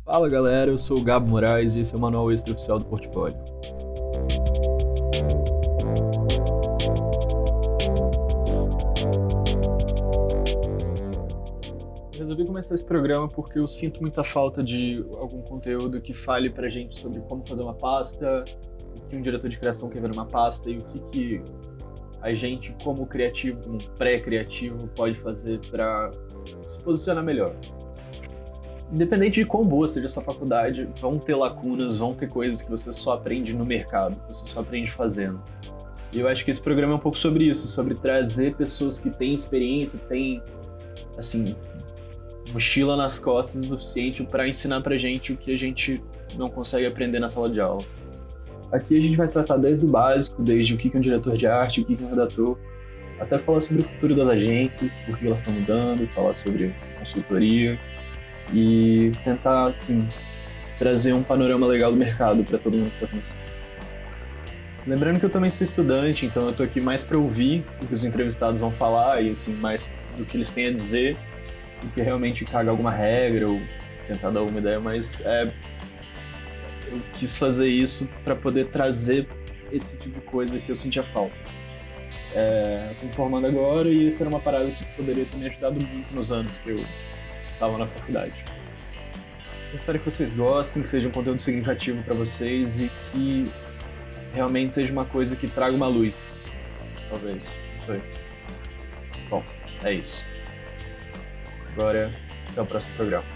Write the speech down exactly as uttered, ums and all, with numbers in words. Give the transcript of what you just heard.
Fala galera, eu sou o Gabo Moraes e esse é o Manual Extra Oficial do Portfólio. Eu resolvi começar esse programa porque eu sinto muita falta de algum conteúdo que fale pra gente sobre como fazer uma pasta, o que um diretor de criação quer ver numa pasta e o que, que a gente, como criativo, como pré-criativo, pode fazer para se posicionar melhor. Independente de quão boa seja a sua faculdade, vão ter lacunas, vão ter coisas que você só aprende no mercado, que você só aprende fazendo. E eu acho que esse programa é um pouco sobre isso, sobre trazer pessoas que têm experiência, têm, assim, mochila nas costas o suficiente para ensinar pra gente o que a gente não consegue aprender na sala de aula. Aqui a gente vai tratar desde o básico, desde o que é um diretor de arte, o que é um redator, até falar sobre o futuro das agências, por que elas estão mudando, falar sobre consultoria e tentar, assim, trazer um panorama legal do mercado para todo mundo que está começando. Lembrando que eu também sou estudante, então eu estou aqui mais para ouvir o que os entrevistados vão falar e, assim, mais do que eles têm a dizer do que realmente cagar alguma regra ou tentar dar alguma ideia, mas é, eu quis fazer isso para poder trazer esse tipo de coisa que eu sentia falta. É, estou me formando agora e isso era uma parada que poderia ter me ajudado muito nos anos que eu estava na faculdade. Eu espero que vocês gostem, que seja um conteúdo significativo para vocês e que realmente seja uma coisa que traga uma luz. Talvez, não sei. Bom, é isso. Agora, até o próximo programa.